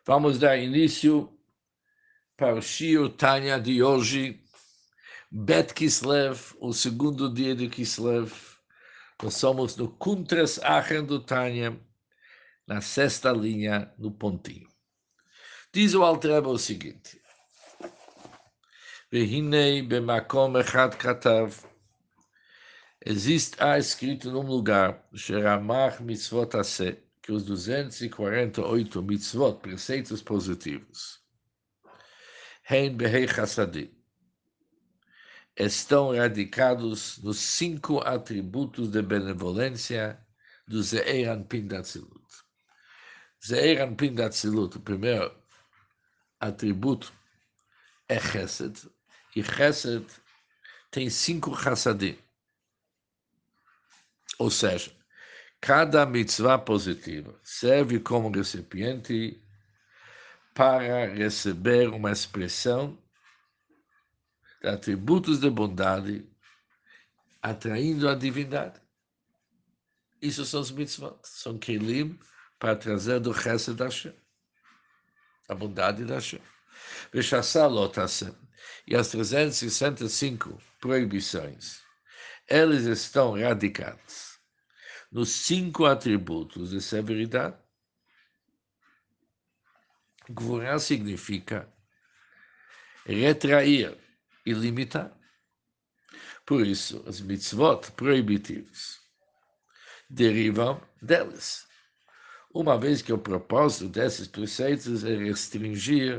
Vamos dar início para o Shir Tanya de hoje, Bet Kislev, o segundo dia de Kislev. Nós somos no Kuntres Achen do Tanya, na sexta linha, no pontinho. Diz o Alter Rebbe o seguinte: Vehinei bemakom echad katav. Há escrito num lugar, Sheramach mitzvot aseh, que os 248 mitzvot, preceitos positivos, Hein behei chassadim, estão radicados nos 5 atributos de benevolência do Ze'er Anpin da Tzilut. Ze'er Anpin da Tzilut, o primeiro atributo é Chesed, e Chesed tem 5 chassadim. Ou seja, cada mitzvah positiva serve como recipiente para receber uma expressão de atributos de bondade, atraindo a divindade. Isso são os mitzvot, são kelim para trazer do Chesed da Hashem, a bondade da Hashem. E as 365 proibições, eles estão radicados nos 5 atributos de severidade. Gvurá significa retrair e limitar. Por isso, os mitzvot proibitivos derivam deles. Uma vez que o propósito desses preceitos é restringir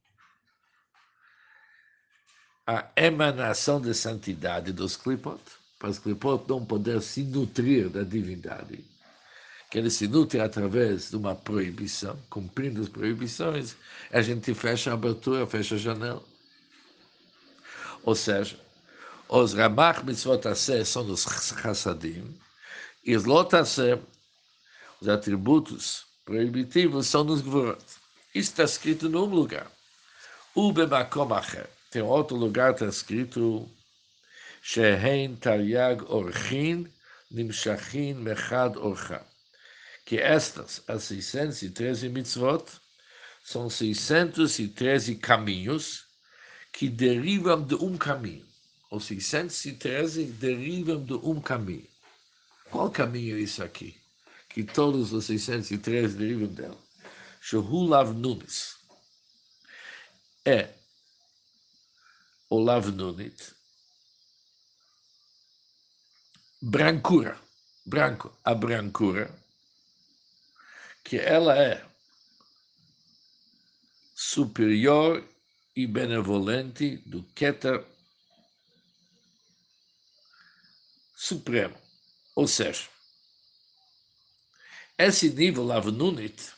a emanação de santidade dos klipot, para os klipot não poder se nutrir da divindade, que ele se nutre através de uma proibição, cumprindo as proibições, a gente fecha a abertura, fecha a janela. Ou seja, os ramach mitzvot aseh são os chassadim, e os lot aseh, os atributos proibitivos, são nos gvurot. Isso está escrito num lugar. O bemakom acher. Tem outro lugar, está escrito Shehen taryag orchin nimshachin mechad orcha. Que estas, as 613 mitzvot, são 613 caminhos que derivam de um caminho. Os 613 derivam de um caminho. Qual caminho é isso aqui? Que todos os 613 derivam dela. Shehu lav nunis. É o lav nunit. Brancura. Branco. A brancura. Que ela é superior e benevolente do Keter supremo. Ou seja, esse nível lav nunit,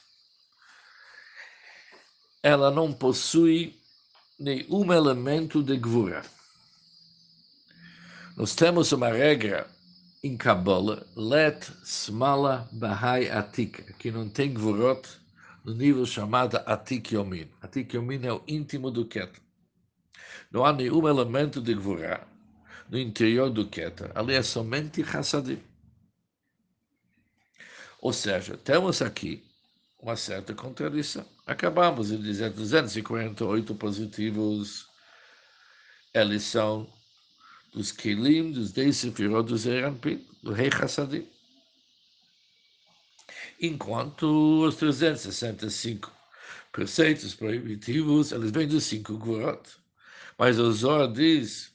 ela não possui nenhum elemento de gvura. Nós temos uma regra em Kabbalah, let smala bahai atika, que não tem gvurot no nível chamado atik yomin. Atik yomin é o íntimo do Keter. Não há nenhum elemento de gvura no interior do Keter. Ali é somente chassadim. Ou seja, temos aqui uma certa contradição. Acabamos de dizer 248 positivos, eles são dos Kelim, dos 10 Sefirot, dos Eranpin, do Rei Hassadim. Enquanto os 365 preceitos proibitivos, eles vêm dos 5 Gvurot. Mas o Zohar diz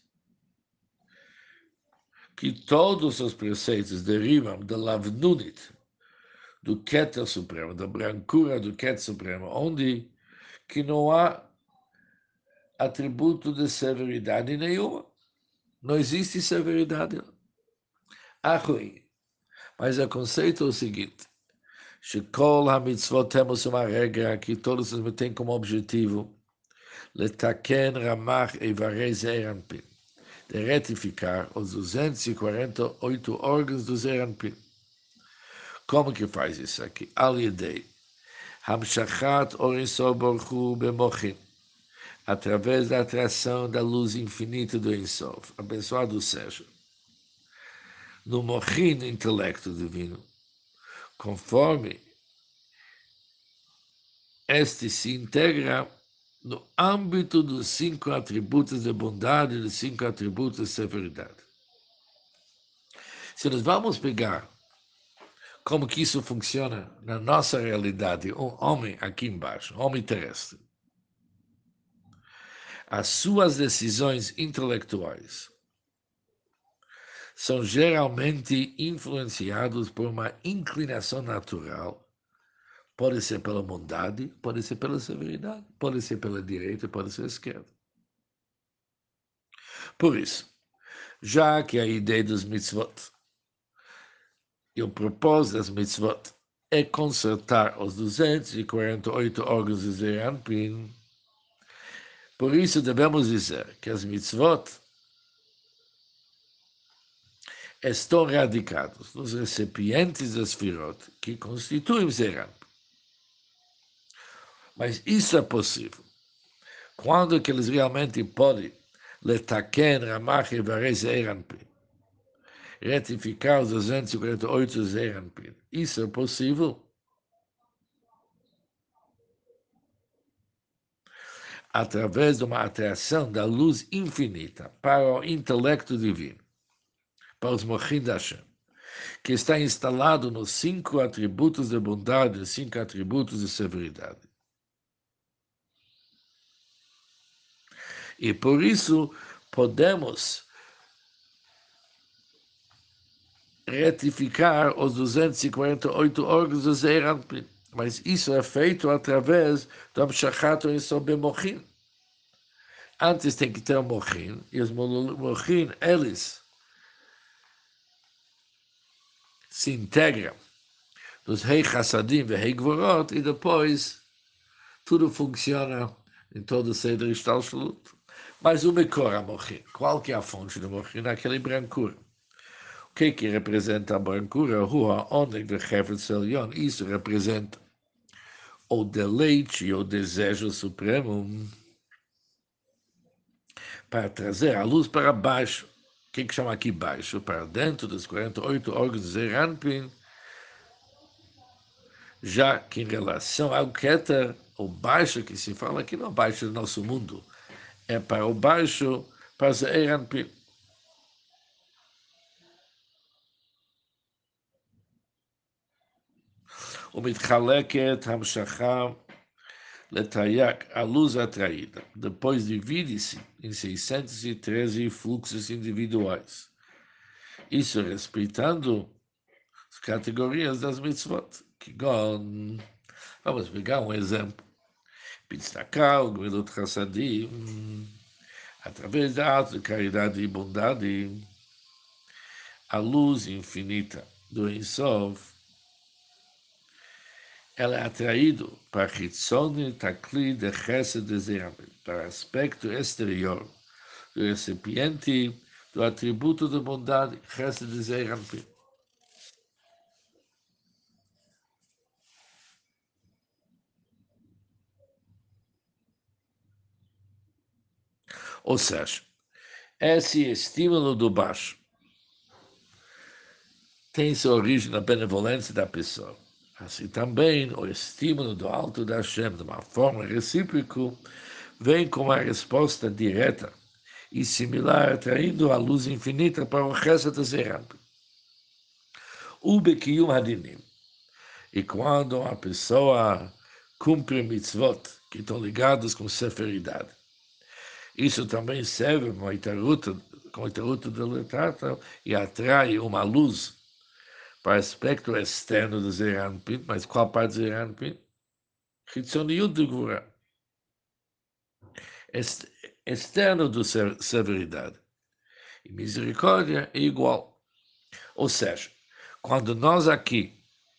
que todos os preceitos derivam da Lavnunit, do Keter Supremo, da brancura do Keter Supremo, onde que não há atributo de severidade nenhuma. Não existe severidade. Há ruim. Mas o conceito é o seguinte: Shekol HaMitzvot, temos uma regra que todos têm como objetivo Letaken Ramach Eivarei Ze'er Anpin, de retificar os 248 órgãos do Ze'er Anpin. Como que faz isso aqui? Al-Yedei Hamshachat Orin Sof Baruch Hu Bemochin, através da atração da luz infinita do Ensof, abençoado seja, no Mochin, intelecto divino, conforme este se integra no âmbito dos 5 atributos de bondade e dos 5 atributos de severidade. Se nós vamos pegar como que isso funciona na nossa realidade, um homem aqui embaixo, um homem terrestre, as suas decisões intelectuais são geralmente influenciados por uma inclinação natural. Pode ser pela bondade, pode ser pela severidade, pode ser pela direita, pode ser pela esquerda. Por isso, já que a ideia dos mitzvot e o propósito das mitzvot é consertar os 248 órgãos de Zeir Anpin, por isso devemos dizer que as mitzvot estão radicados nos recipientes das Sfirot que constituem Zeir Anpin. Mas isso é possível quando que eles realmente podem letaken, ramach e varei Zeir Anpin, retificar os 248 Zeir Anpin. Isso é possível através de uma atração da luz infinita para o intelecto divino, para os Mochim da Hashem, que está instalado nos 5 atributos de bondade e 5 atributos de severidade. E por isso podemos retificar os 248 órgãos do Zeir Anpin. Mas isso é feito através do Amshachat Sob Mochim. Antes tem que ter o Mochim, e os Mochim, eles se integram nos Rei Chassadim e Rei Gvorot, e depois tudo funciona em todo o Seder Ishtalshalut. Mas o Mekor HaMochim, qual que é a fonte do Mochim? Naquele brancura. O que representa a brancura? Rua, Oneg de Chefetz Elyon. Isso representa o deleite e o desejo supremo para trazer a luz para baixo. O que chama aqui baixo? Para dentro dos 48 órgãos de Zeir Anpin, já que em relação ao Keter, o baixo que se fala aqui não é o baixo do nosso mundo, é para o baixo, para Zeir Anpin. O Mitchaleket Hamshacham Letayak, a luz atraída. Depois divide-se em 613 fluxos individuais. Isso respeitando as categorias das mitzvot. Vamos pegar um exemplo. Pitztakal, Gmilut Chassadim, através da ato de caridade e bondade, a luz infinita do Ensof, ela é atraída para Hitzoni Takli de Chesed de Zeir Anpin, para aspecto exterior do recipiente do atributo de bondade Chesed de Zeir Anpin. Ou seja, esse estímulo do baixo tem sua origem na benevolência da pessoa. Assim também, o estímulo do alto da Hashem, de uma forma recíproca, vem com uma resposta direta e similar, atraindo a luz infinita para o resto da Zeir Anpin. O Bekiyum Hadinim. E quando a pessoa cumpre mitzvot, que estão ligados com severidade, isso também serve como itaruta de letrata e atrai uma luz para o aspecto externo do Zeir Anpin. Mas qual parte do Zeir Anpin? Chitzoniut de Gvura. Externo da severidade. E misericórdia é igual. Ou seja, quando nós aqui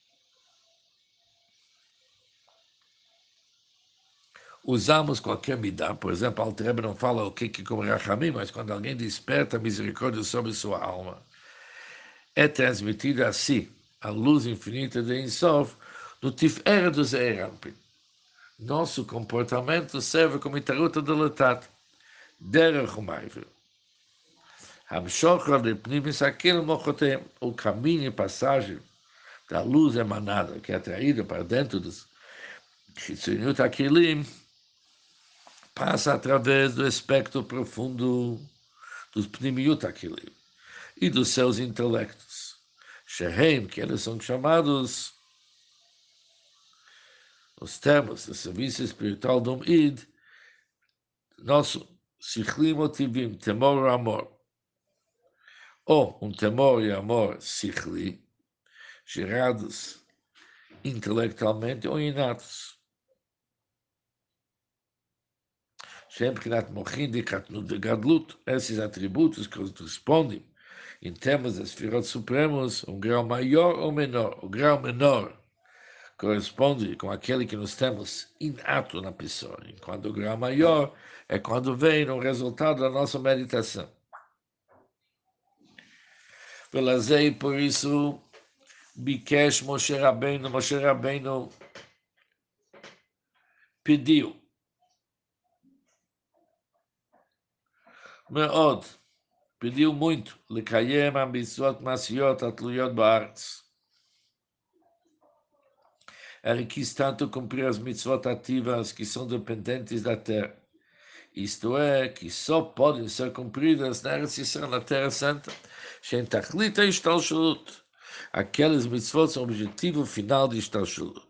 usamos qualquer midá, por exemplo, a Alter Rebbe não fala o que é como Rachamim, mas quando alguém desperta a misericórdia sobre sua alma, é transmitida a si a luz infinita de Ensof do Tiferet do Zeir Anpin. Nosso comportamento serve como itaruta de letat, derech umayver. Hamshocha de pnimis aquele mochotem, o caminho e passagem da luz emanada, que é atraída para dentro Chitzoniut Aquilim passa através do espectro profundo dos Pnimiut Aquilim e dos seus intelectos. Shehem, que eles são chamados os termos do serviço espiritual do Id, nosso Sichlim Otivim, temor e amor. Ou temor e amor Sichli, gerados intelectualmente ou inatos. Sempre que de Gadlut, esses atributos correspondem em termos das esferas supremos, um grau maior ou menor. O grau menor corresponde com aquele que nós temos inato na pessoa, enquanto o grau maior é quando vem o resultado da nossa meditação. Velazei, por isso, Bikesh Moshe Rabbeinu pediu מאוד, pediu muito, לקיים המצוות מעשיות התלויות בארץ. Ele quis tanto cumprir as mitzvot ativas que são dependentes da terra. Isto é, que só podem ser cumpridas na Eretz Yisrael, na Terra Santa, sem tachlit a ishtalshalut. Aqueles mitzvot são o objetivo final de ishtalshalut.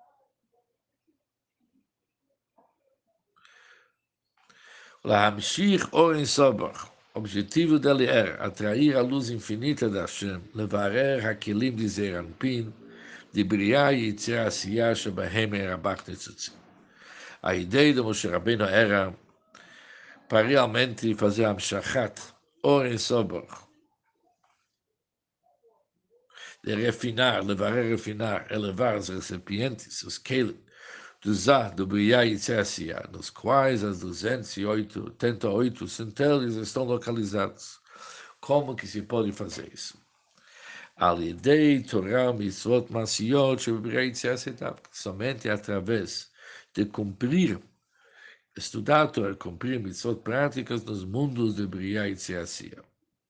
Lahamshich Oren Sobach. O objetivo dele era atrair a luz infinita da Hashem, levarer hakelim de Zeranpin, de Briah e Yitzir Asiyah Shebahem Erabach Netzutzim. A ideia de Moshe Rabbeinu era para realmente fazer Amshachat Oren Sobach, de refinar, levar a refinar, elevar os recipientes, os kelim, do Zah, do Briah e Yitzir Asiyah, nos quais as 288 centelhas estão localizados. Como que se pode fazer isso? Alidei Torah Mitzvot Masiyot Shebriah somente através de cumprir, estudar a Torá, cumprir mitzvot práticas nos mundos de Briah e Tziassia.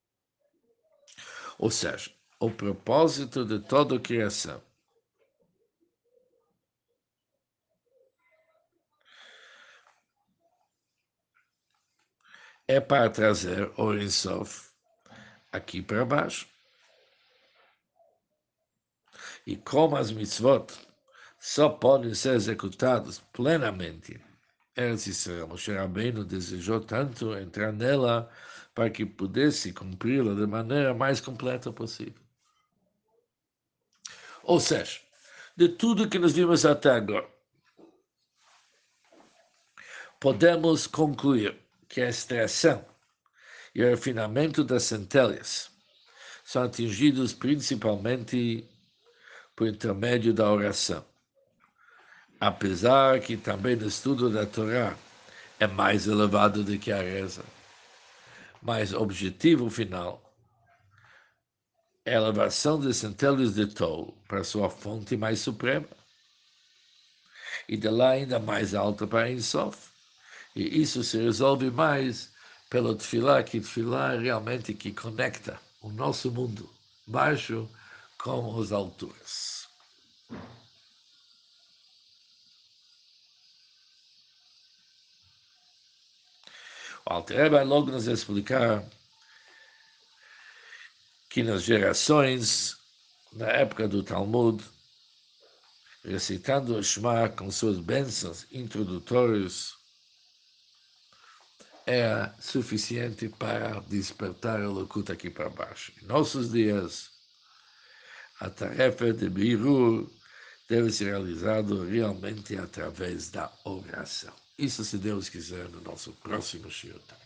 Ou seja, o propósito de toda a criação é para trazer o Ein Sof aqui para baixo. E como as mitzvot só podem ser executadas plenamente, Eretz Yisrael, Moshe Rabbeinu desejou tanto entrar nela para que pudesse cumpri-la de maneira mais completa possível. Ou seja, de tudo que nós vimos até agora, podemos concluir que a extração e o refinamento das centelhas são atingidos principalmente por intermédio da oração. Apesar que também o estudo da Torá é mais elevado do que a reza. Mas o objetivo final é a elevação de centelhas de Tol para sua fonte mais suprema e de lá ainda mais alta para Ein Sof. E isso se resolve mais pelo Tefilá, que Tefilá é realmente que conecta o nosso mundo baixo com as alturas. O Alter Rebbe vai logo nos explicar que nas gerações, na época do Talmud, recitando o Shema com suas bênçãos introdutórias, é suficiente para despertar a loucura aqui para baixo. Em nossos dias, a tarefa de Birur deve ser realizada realmente através da oração. Isso, se Deus quiser, no nosso próximo shiur.